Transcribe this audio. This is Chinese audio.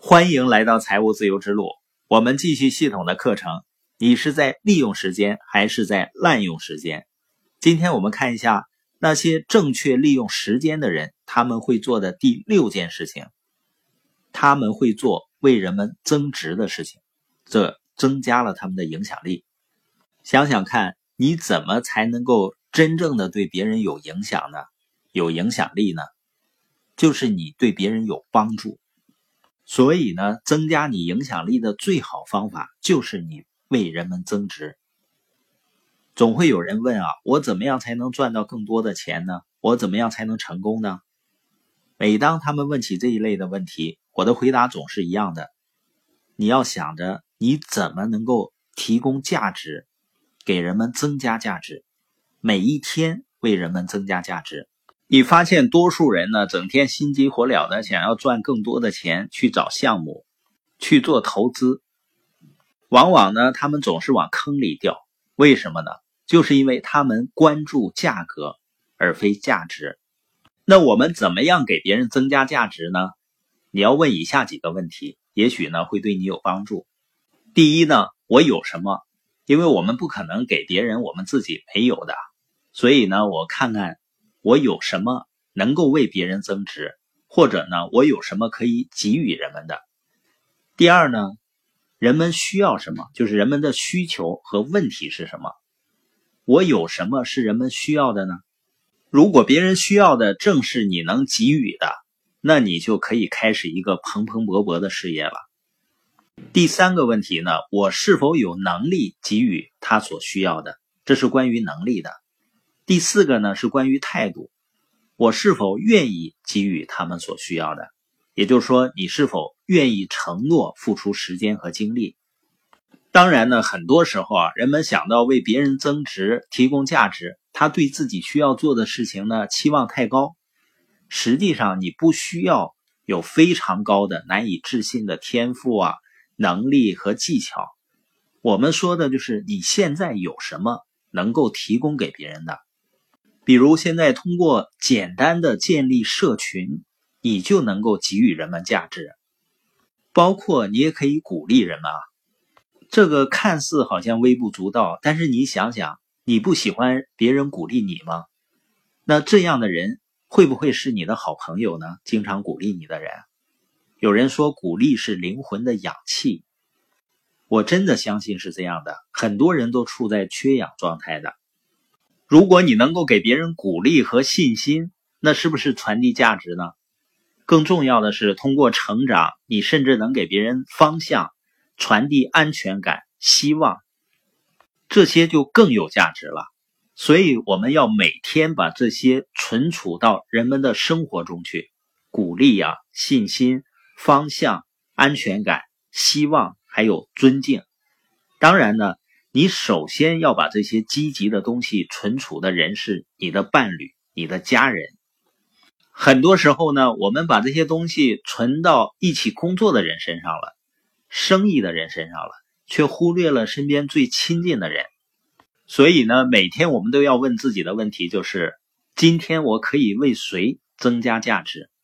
欢迎来到财务自由之路，我们继续系统的课程。你是在利用时间还是在滥用时间？今天我们看一下那些正确利用时间的人，他们会做的第6件事情。他们会做为人们增值的事情，这增加了他们的影响力。想想看，你怎么才能够真正的对别人有影响呢？有影响力呢？就是你对别人有帮助。所以呢，增加你影响力的最好方法就是你为人们增值。总会有人问啊，我怎么样才能赚到更多的钱呢？我怎么样才能成功呢？每当他们问起这一类的问题，我的回答总是一样的。你要想着你怎么能够提供价值，给人们增加价值，每一天为人们增加价值。你发现多数人呢，整天心急火燎的想要赚更多的钱，去找项目，去做投资。往往呢，他们总是往坑里掉。为什么呢？就是因为他们关注价格，而非价值。那我们怎么样给别人增加价值呢？你要问以下几个问题，也许呢会对你有帮助。第一呢，我有什么？因为我们不可能给别人我们自己没有的，所以呢，我看看我有什么能够为别人增值，或者呢，我有什么可以给予人们的。第二呢，人们需要什么，就是人们的需求和问题是什么。我有什么是人们需要的呢？如果别人需要的正是你能给予的，那你就可以开始一个蓬蓬勃勃的事业了。第三个问题呢，我是否有能力给予他所需要的，这是关于能力的。第四个呢，是关于态度，我是否愿意给予他们所需要的，也就是说，你是否愿意承诺付出时间和精力。当然呢，很多时候人们想到为别人增值、提供价值，他对自己需要做的事情呢，期望太高。实际上，你不需要有非常高的、难以置信的天赋能力和技巧。我们说的就是你现在有什么能够提供给别人的。比如现在通过简单的建立社群，你就能够给予人们价值。包括你也可以鼓励人们这个看似好像微不足道，但是你想想，你不喜欢别人鼓励你吗？那这样的人会不会是你的好朋友呢？经常鼓励你的人。有人说鼓励是灵魂的氧气，我真的相信是这样的，很多人都处在缺氧状态的。如果你能够给别人鼓励和信心，那是不是传递价值呢？更重要的是，通过成长，你甚至能给别人方向，传递安全感、希望，这些就更有价值了。所以我们要每天把这些存储到人们的生活中去，鼓励信心、方向、安全感、希望，还有尊敬。当然呢，你首先要把这些积极的东西存储的人是你的伴侣、你的家人。很多时候呢，我们把这些东西存到一起工作的人身上了，生意的人身上了，却忽略了身边最亲近的人。所以呢，每天我们都要问自己的问题就是，今天我可以为谁增加价值？